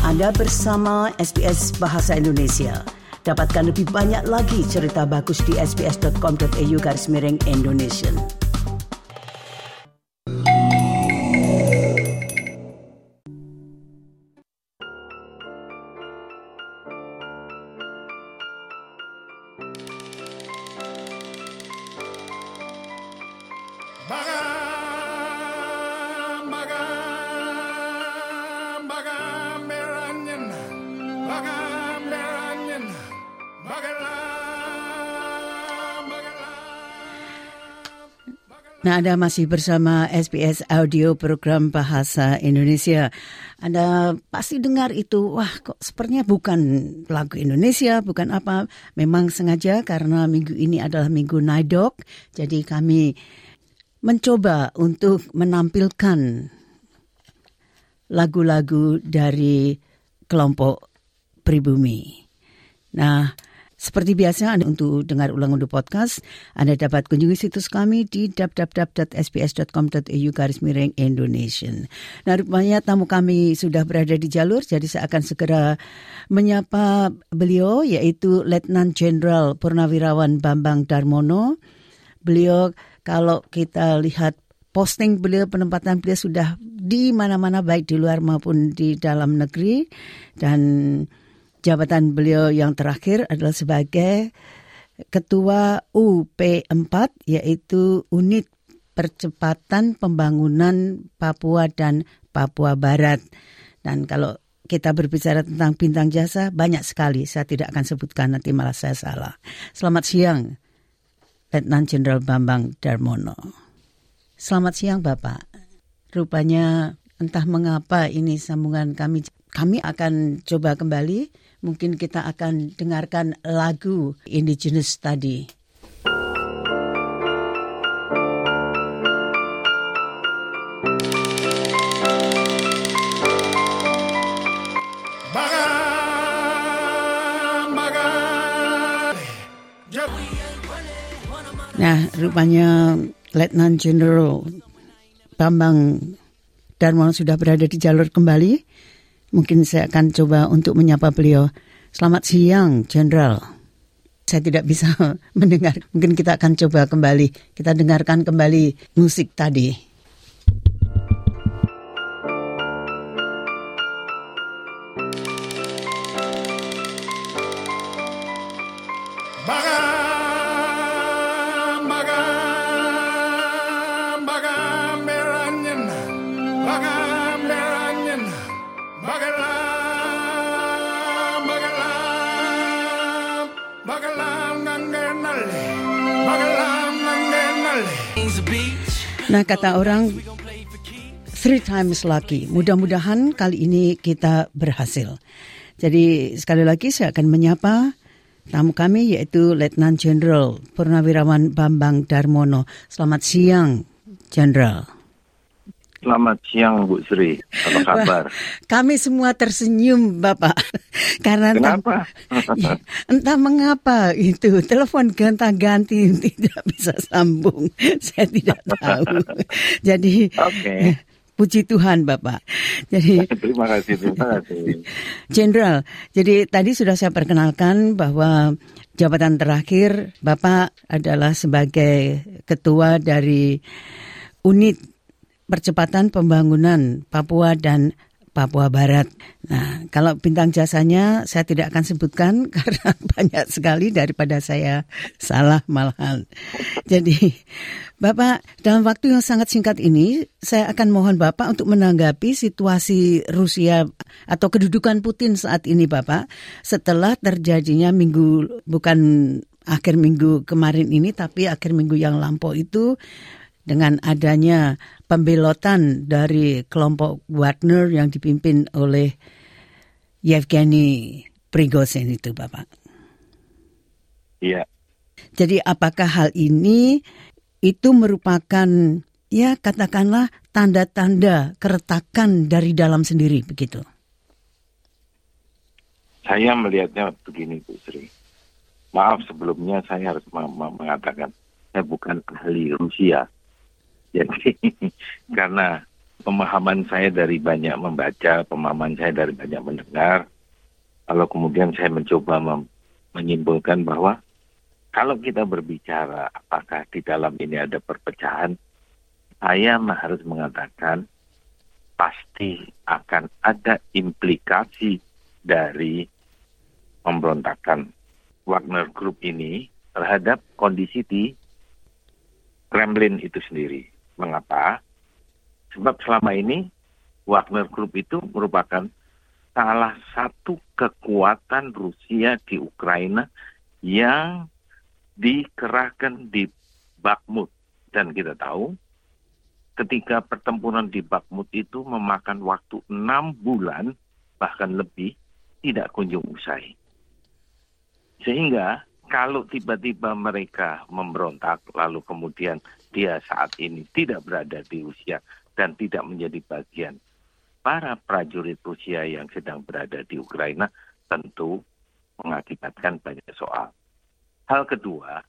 Anda bersama SBS Bahasa Indonesia. Dapatkan lebih banyak lagi cerita bagus di sbs.com.au/Indonesian. Nah, Anda masih bersama SBS Audio Program Bahasa Indonesia. Anda pasti dengar itu, wah kok sepertinya bukan lagu Indonesia, bukan apa. Memang sengaja karena minggu ini adalah minggu Nidok. Jadi kami mencoba untuk menampilkan lagu-lagu dari kelompok pribumi. Nah, seperti biasa, untuk dengar ulang untuk podcast, Anda dapat kunjungi situs kami di www.sbs.com.au/Indonesian. Nah, rupanya tamu kami sudah berada di jalur, jadi saya akan segera menyapa beliau, yaitu Letnan Jenderal Purnawirawan Bambang Darmono. Beliau, kalau kita lihat posting beliau, penempatan beliau sudah di mana-mana, baik di luar maupun di dalam negeri, dan jabatan beliau yang terakhir adalah sebagai Ketua UP4, yaitu Unit Percepatan Pembangunan Papua dan Papua Barat. Dan kalau kita berbicara tentang bintang jasa, banyak sekali. Saya tidak akan sebutkan, nanti malah saya salah. Selamat siang, Letnan Jenderal Bambang Darmono. Selamat siang, Bapak. Rupanya entah mengapa ini sambungan kami akan coba kembali. Mungkin kita akan dengarkan lagu Indigenous tadi. Nah, rupanya Letnan Jenderal Bambang Darmono sudah berada di jalur kembali. Mungkin saya akan coba untuk menyapa beliau. Selamat siang, Jenderal. Saya tidak bisa mendengar. Mungkin kita akan coba kembali. Kita dengarkan kembali musik tadi. Nah, kata orang, 3 times lucky. Mudah-mudahan kali ini kita berhasil. Jadi sekali lagi saya akan menyapa tamu kami, yaitu Letnan Jenderal Purnawirawan Bambang Darmono. Selamat siang, Jenderal. Selamat siang, Bu Sri. Apa kabar? Kami semua tersenyum, Bapak. Karena kenapa? Entah mengapa itu telepon gonta-ganti tidak bisa sambung. Saya tidak tahu. Jadi, puji Tuhan, Bapak. Jadi, terima kasih. Jenderal, jadi tadi sudah saya perkenalkan bahwa jabatan terakhir Bapak adalah sebagai ketua dari Unit Percepatan Pembangunan Papua dan Papua Barat. Nah, kalau bintang jasanya saya tidak akan sebutkan karena banyak sekali daripada saya salah malahan. Jadi, Bapak, dalam waktu yang sangat singkat ini, saya akan mohon Bapak untuk menanggapi situasi Rusia atau kedudukan Putin saat ini, Bapak, setelah terjadinya bukan akhir minggu kemarin ini, tapi akhir minggu yang lampau itu, dengan adanya pembelotan dari kelompok Wagner yang dipimpin oleh Yevgeny Prigozhin itu, Bapak. Iya. Jadi apakah hal ini itu merupakan, ya katakanlah, tanda-tanda keretakan dari dalam sendiri, begitu? Saya melihatnya begini, Bu Sri. Maaf sebelumnya saya harus mengatakan, saya bukan ahli Rusia. Jadi karena pemahaman saya dari banyak membaca, pemahaman saya dari banyak mendengar, lalu kemudian saya mencoba menyimpulkan bahwa kalau kita berbicara apakah di dalam ini ada perpecahan, saya harus mengatakan pasti akan ada implikasi dari pemberontakan Wagner Group ini terhadap kondisi di Kremlin itu sendiri. Mengapa? Sebab selama ini Wagner Group itu merupakan salah satu kekuatan Rusia di Ukraina yang dikerahkan di Bakhmut. Dan kita tahu ketika pertempuran di Bakhmut itu memakan waktu 6 bulan, bahkan lebih, tidak kunjung usai. Sehingga kalau tiba-tiba mereka memberontak, lalu kemudian dia saat ini tidak berada di Rusia dan tidak menjadi bagian para prajurit Rusia yang sedang berada di Ukraina, tentu mengakibatkan banyak soal. Hal kedua,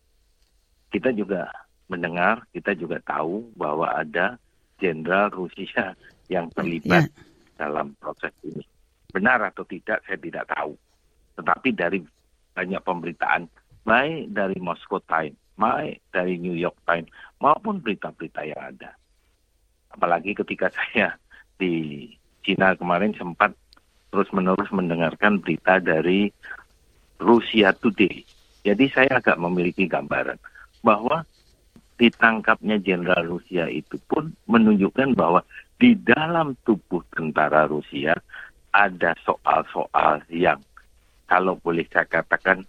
kita juga mendengar, kita juga tahu bahwa ada jenderal Rusia yang terlibat dalam proses ini. Benar atau tidak, saya tidak tahu. Tetapi dari banyak pemberitaan, baik dari Moscow Times, baik dari New York Times, maupun berita-berita yang ada. Apalagi ketika saya di Cina kemarin sempat terus-menerus mendengarkan berita dari Russia Today. Jadi saya agak memiliki gambaran bahwa ditangkapnya jenderal Rusia itu pun menunjukkan bahwa di dalam tubuh tentara Rusia ada soal-soal yang kalau boleh saya katakan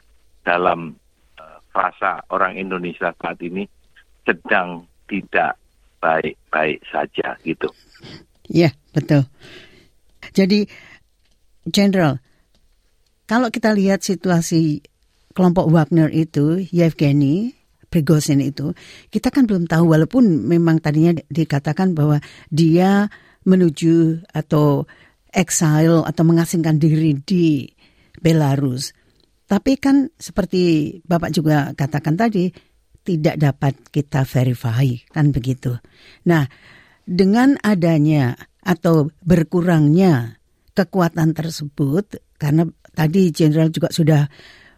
dalam frasa orang Indonesia saat ini sedang tidak baik-baik saja gitu. Ya, betul. Jadi, Jenderal, kalau kita lihat situasi kelompok Wagner itu, Yevgeny Prigozhin itu, kita kan belum tahu walaupun memang tadinya dikatakan bahwa dia menuju atau exile atau mengasingkan diri di Belarus. Tapi kan seperti Bapak juga katakan tadi, tidak dapat kita verify, kan begitu. Nah, dengan adanya atau berkurangnya kekuatan tersebut, karena tadi Jenderal juga sudah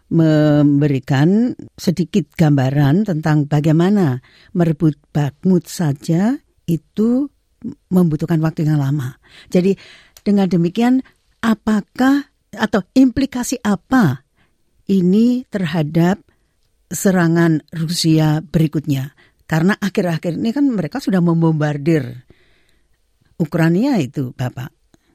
memberikan sedikit gambaran tentang bagaimana merebut Bakhmut saja itu membutuhkan waktu yang lama. Jadi dengan demikian apakah atau implikasi apa ini terhadap serangan Rusia berikutnya? Karena akhir-akhir ini kan mereka sudah membombardir Ukraina itu, Bapak.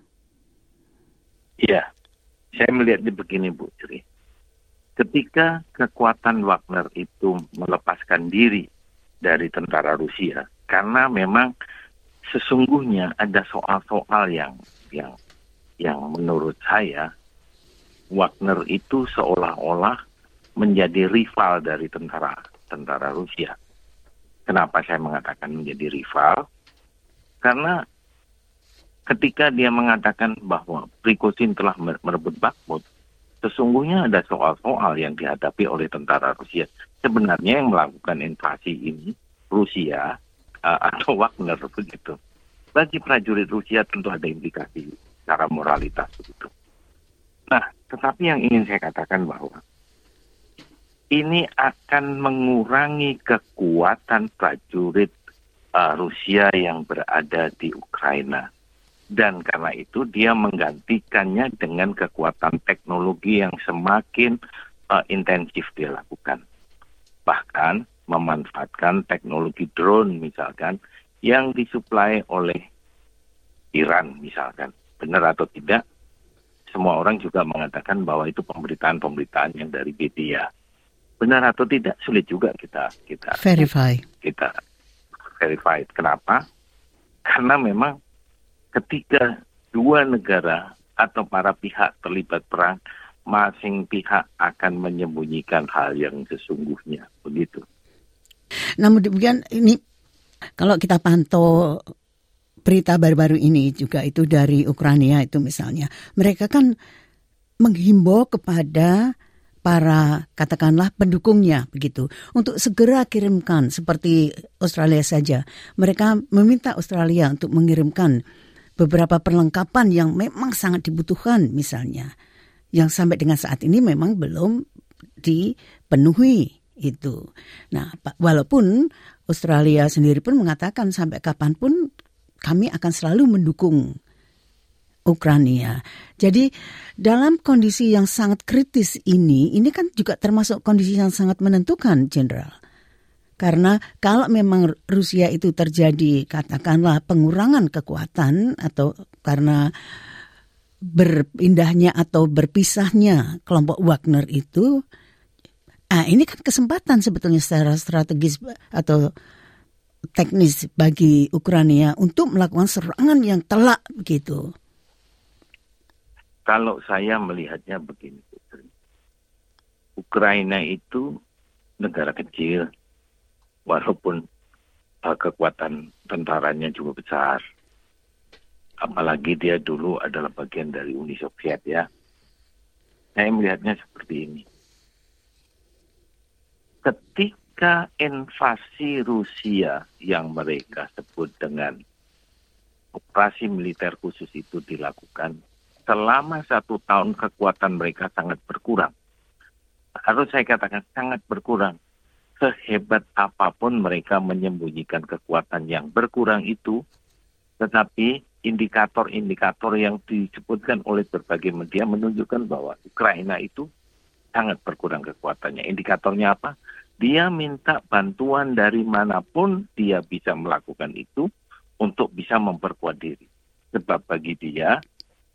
Iya, saya melihatnya begini, Bu Sri. Ketika kekuatan Wagner itu melepaskan diri dari tentara Rusia, karena memang sesungguhnya ada soal-soal yang menurut saya Wagner itu seolah-olah menjadi rival dari tentara Rusia. Kenapa saya mengatakan menjadi rival? Karena ketika dia mengatakan bahwa Prigozhin telah merebut Bakhmut, sesungguhnya ada soal-soal yang dihadapi oleh tentara Rusia. Sebenarnya yang melakukan invasi ini Rusia atau Wagner begitu. Bagi prajurit Rusia tentu ada implikasi secara moralitas begitu. Nah, tetapi yang ingin saya katakan bahwa ini akan mengurangi kekuatan prajurit Rusia yang berada di Ukraina. Dan karena itu dia menggantikannya dengan kekuatan teknologi yang semakin intensif dia lakukan. Bahkan memanfaatkan teknologi drone misalkan yang disuplai oleh Iran misalkan. Benar atau tidak, semua orang juga mengatakan bahwa itu pemberitaan-pemberitaan yang dari media. Benar atau tidak, sulit juga kita verify. Kenapa? Karena memang ketika dua negara atau para pihak terlibat perang, masing pihak akan menyembunyikan hal yang sesungguhnya, begitu. Namun demikian ini kalau kita pantau berita baru-baru ini juga itu dari Ukraina itu misalnya, mereka kan menghimbau kepada para katakanlah pendukungnya begitu untuk segera kirimkan seperti Australia saja. Mereka meminta Australia untuk mengirimkan beberapa perlengkapan yang memang sangat dibutuhkan misalnya. Yang sampai dengan saat ini memang belum dipenuhi itu. Nah, walaupun Australia sendiri pun mengatakan sampai kapanpun kami akan selalu mendukung Ukraina. Jadi dalam kondisi yang sangat kritis ini kan juga termasuk kondisi yang sangat menentukan, Jenderal. Karena kalau memang Rusia itu terjadi katakanlah pengurangan kekuatan atau karena berpindahnya atau berpisahnya kelompok Wagner itu, ini kan kesempatan sebetulnya secara strategis atau teknis bagi Ukraina untuk melakukan serangan yang telak begitu. Kalau saya melihatnya begini, Putri. Ukraina itu negara kecil, walaupun kekuatan tentaranya juga besar. Apalagi dia dulu adalah bagian dari Uni Soviet ya. Saya melihatnya seperti ini. Ketika invasi Rusia yang mereka sebut dengan operasi militer khusus itu dilakukan, selama 1 tahun kekuatan mereka sangat berkurang. Harus saya katakan sangat berkurang. Sehebat apapun mereka menyembunyikan kekuatan yang berkurang itu, tetapi indikator-indikator yang disebutkan oleh berbagai media menunjukkan bahwa Ukraina itu sangat berkurang kekuatannya. Indikatornya apa? Dia minta bantuan dari manapun dia bisa melakukan itu untuk bisa memperkuat diri. Sebab bagi dia,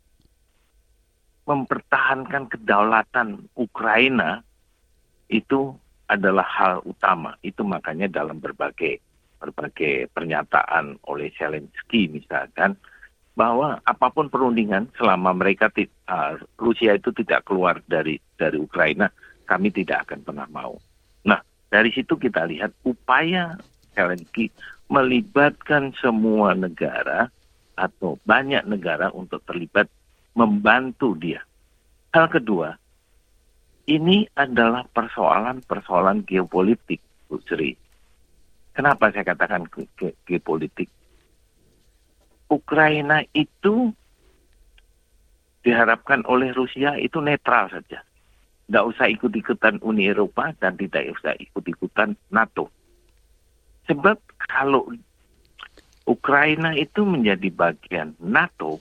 mempertahankan kedaulatan Ukraina itu adalah hal utama. Itu makanya dalam berbagai pernyataan oleh Zelensky misalkan, bahwa apapun perundingan selama mereka Rusia itu tidak keluar dari Ukraina, kami tidak akan pernah mau. Nah, dari situ kita lihat upaya Zelensky melibatkan semua negara atau banyak negara untuk terlibat membantu dia. Hal kedua, ini adalah persoalan geopolitik, Bu Sri. Kenapa saya katakan geopolitik? Ukraina itu diharapkan oleh Rusia itu netral saja. Tidak usah ikut-ikutan Uni Eropa dan tidak usah ikut-ikutan NATO. Sebab kalau Ukraina itu menjadi bagian NATO,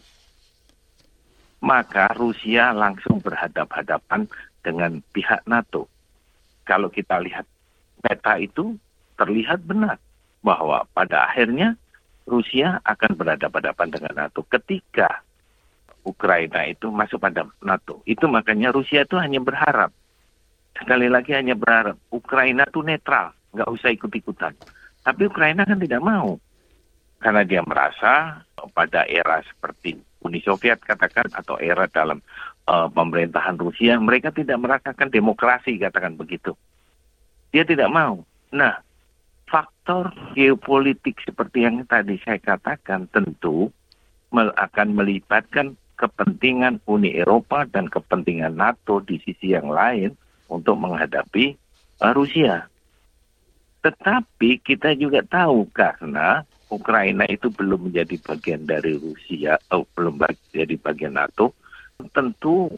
maka Rusia langsung berhadapan-hadapan dengan pihak NATO. Kalau kita lihat peta itu, terlihat benar bahwa pada akhirnya Rusia akan berhadapan-hadapan dengan NATO ketika Ukraina itu masuk pada NATO. Itu makanya Rusia itu hanya berharap, sekali lagi hanya berharap, Ukraina itu netral, nggak usah ikut-ikutan. Tapi Ukraina kan tidak mau, karena dia merasa pada era seperti Uni Soviet katakan, atau era dalam pemerintahan Rusia, mereka tidak merasakan demokrasi, katakan begitu. Dia tidak mau. Nah, faktor geopolitik seperti yang tadi saya katakan tentu akan melibatkan kepentingan Uni Eropa dan kepentingan NATO di sisi yang lain untuk menghadapi Rusia. Tetapi kita juga tahu karena Ukraina itu belum menjadi bagian dari Rusia, belum menjadi bagian NATO, tentu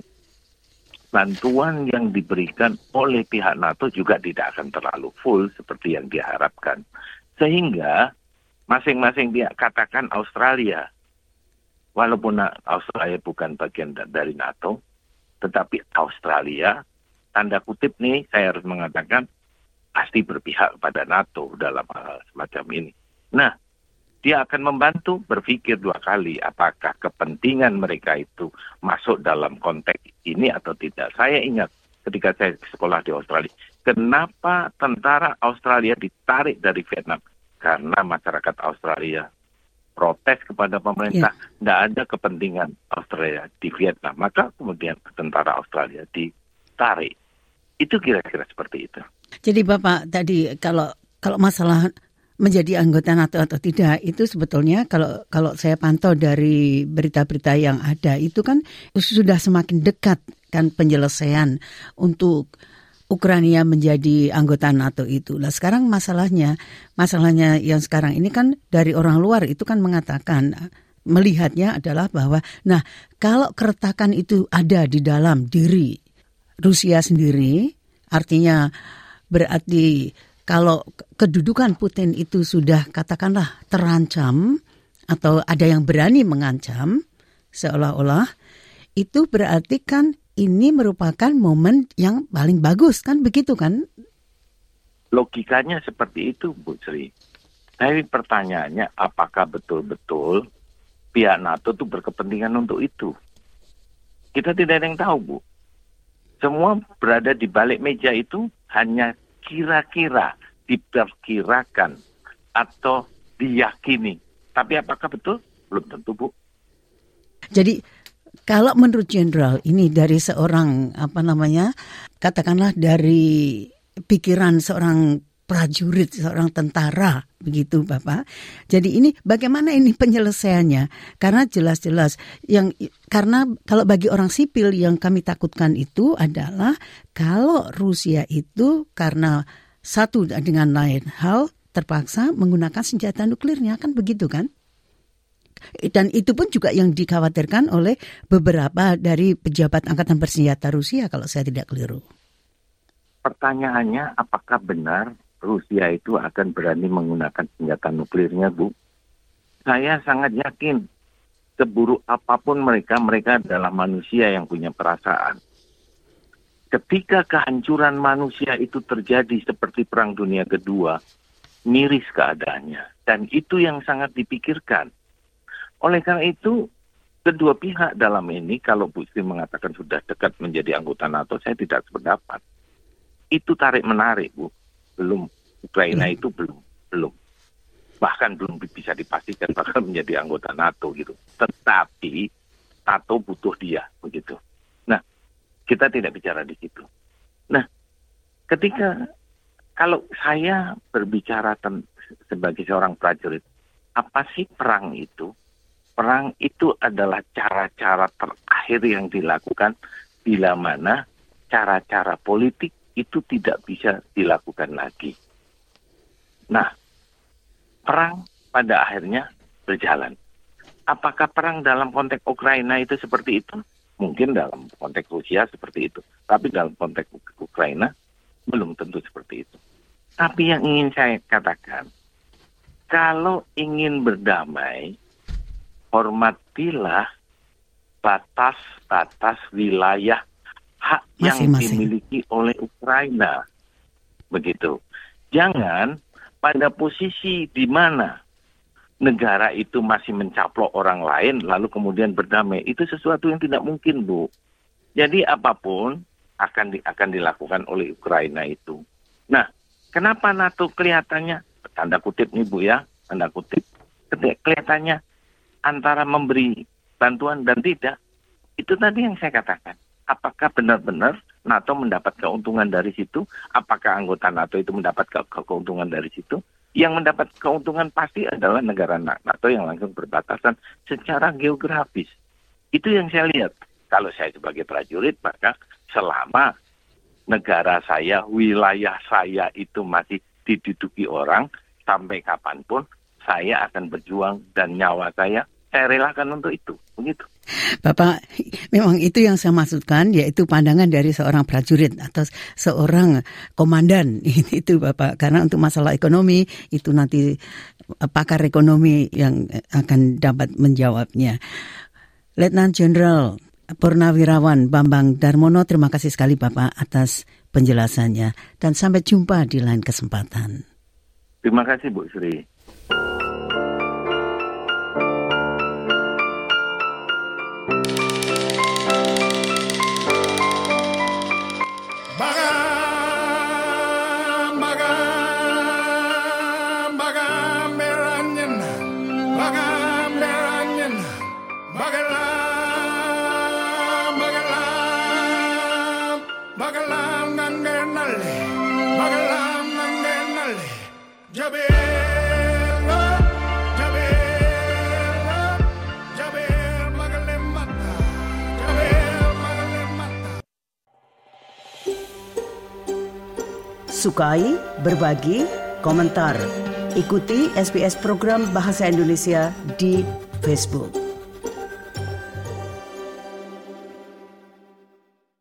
bantuan yang diberikan oleh pihak NATO juga tidak akan terlalu full seperti yang diharapkan. Sehingga masing-masing dia katakan Australia, walaupun Australia bukan bagian dari NATO, tetapi Australia, tanda kutip nih saya harus mengatakan, pasti berpihak pada NATO dalam hal semacam ini. Nah, dia akan membantu berpikir 2 kali apakah kepentingan mereka itu masuk dalam konteks ini atau tidak. Saya ingat ketika saya sekolah di Australia, kenapa tentara Australia ditarik dari Vietnam? Karena masyarakat Australia protes kepada pemerintah, tidak ada kepentingan Australia di Vietnam. Maka kemudian tentara Australia ditarik. Itu kira-kira seperti itu. Jadi Bapak tadi kalau masalah menjadi anggota NATO atau tidak, itu sebetulnya kalau saya pantau dari berita-berita yang ada, itu kan sudah semakin dekat mendapatkan penyelesaian untuk Ukraina menjadi anggota NATO itu. Nah sekarang masalahnya yang sekarang ini kan dari orang luar itu kan mengatakan, melihatnya adalah bahwa, nah kalau keretakan itu ada di dalam diri Rusia sendiri, artinya berarti kalau kedudukan Putin itu sudah katakanlah terancam atau ada yang berani mengancam, seolah-olah itu berarti kan ini merupakan momen yang paling bagus, kan begitu kan? Logikanya seperti itu, Bu Sri. Tapi pertanyaannya, apakah betul-betul pihak NATO itu berkepentingan untuk itu? Kita tidak ada yang tahu, Bu. Semua berada di balik meja itu hanya kira-kira, diperkirakan, atau diyakini. Tapi apakah betul? Belum tentu, Bu. Jadi kalau menurut Jenderal ini dari seorang katakanlah dari pikiran seorang prajurit, seorang tentara, begitu Bapak. Jadi ini bagaimana ini penyelesaiannya? Karena jelas-jelas karena kalau bagi orang sipil yang kami takutkan itu adalah kalau Rusia itu karena satu dengan lain hal terpaksa menggunakan senjata nuklirnya, kan begitu kan? Dan itu pun juga yang dikhawatirkan oleh beberapa dari pejabat angkatan bersenjata Rusia kalau saya tidak keliru. Pertanyaannya, apakah benar Rusia itu akan berani menggunakan senjata nuklirnya, Bu? Saya sangat yakin, seburuk apapun mereka adalah manusia yang punya perasaan. Ketika kehancuran manusia itu terjadi seperti Perang Dunia Kedua, miris keadaannya. Dan itu yang sangat dipikirkan. Oleh karena itu, kedua pihak dalam ini, kalau Bu Sri mengatakan sudah dekat menjadi anggota NATO, saya tidak sependapat. Itu tarik-menarik, Bu. Belum. Ukraina itu belum. Bahkan belum bisa dipastikan bakal menjadi anggota NATO gitu. Tetapi NATO butuh dia, begitu. Nah, kita tidak bicara di situ. Nah, kalau saya berbicara sebagai seorang prajurit, apa sih perang itu? Perang itu adalah cara-cara terakhir yang dilakukan bila mana cara-cara politik itu tidak bisa dilakukan lagi. Nah, perang pada akhirnya berjalan. Apakah perang dalam konteks Ukraina itu seperti itu? Mungkin dalam konteks Rusia seperti itu. Tapi dalam konteks Ukraina belum tentu seperti itu. Tapi yang ingin saya katakan, kalau ingin berdamai, hormatilah batas-batas wilayah hak yang dimiliki oleh Ukraina. Begitu. Jangan pada posisi di mana negara itu masih mencaplok orang lain lalu kemudian berdamai. Itu sesuatu yang tidak mungkin, Bu. Jadi apapun akan dilakukan oleh Ukraina itu. Nah, kenapa NATO kelihatannya, tanda kutip nih Bu ya, tanda kutip, kelihatannya antara memberi bantuan dan tidak, itu tadi yang saya katakan. Apakah benar-benar NATO mendapat keuntungan dari situ? Apakah anggota NATO itu mendapat keuntungan dari situ? Yang mendapat keuntungan pasti adalah negara NATO yang langsung berbatasan secara geografis. Itu yang saya lihat. Kalau saya sebagai prajurit, maka selama negara saya, wilayah saya itu masih diduduki orang, sampai kapanpun saya akan berjuang dan nyawa saya relakan untuk itu. Begitu. Bapak, memang itu yang saya maksudkan, yaitu pandangan dari seorang prajurit atau seorang komandan. Itu Bapak, karena untuk masalah ekonomi, itu nanti pakar ekonomi yang akan dapat menjawabnya. Letnan Jenderal Purnawirawan Bambang Darmono, terima kasih sekali Bapak atas penjelasannya. Dan sampai jumpa di lain kesempatan. Terima kasih Bu Sri. Jabe sukai, berbagi, komentar. Ikuti SBS program Bahasa Indonesia di Facebook.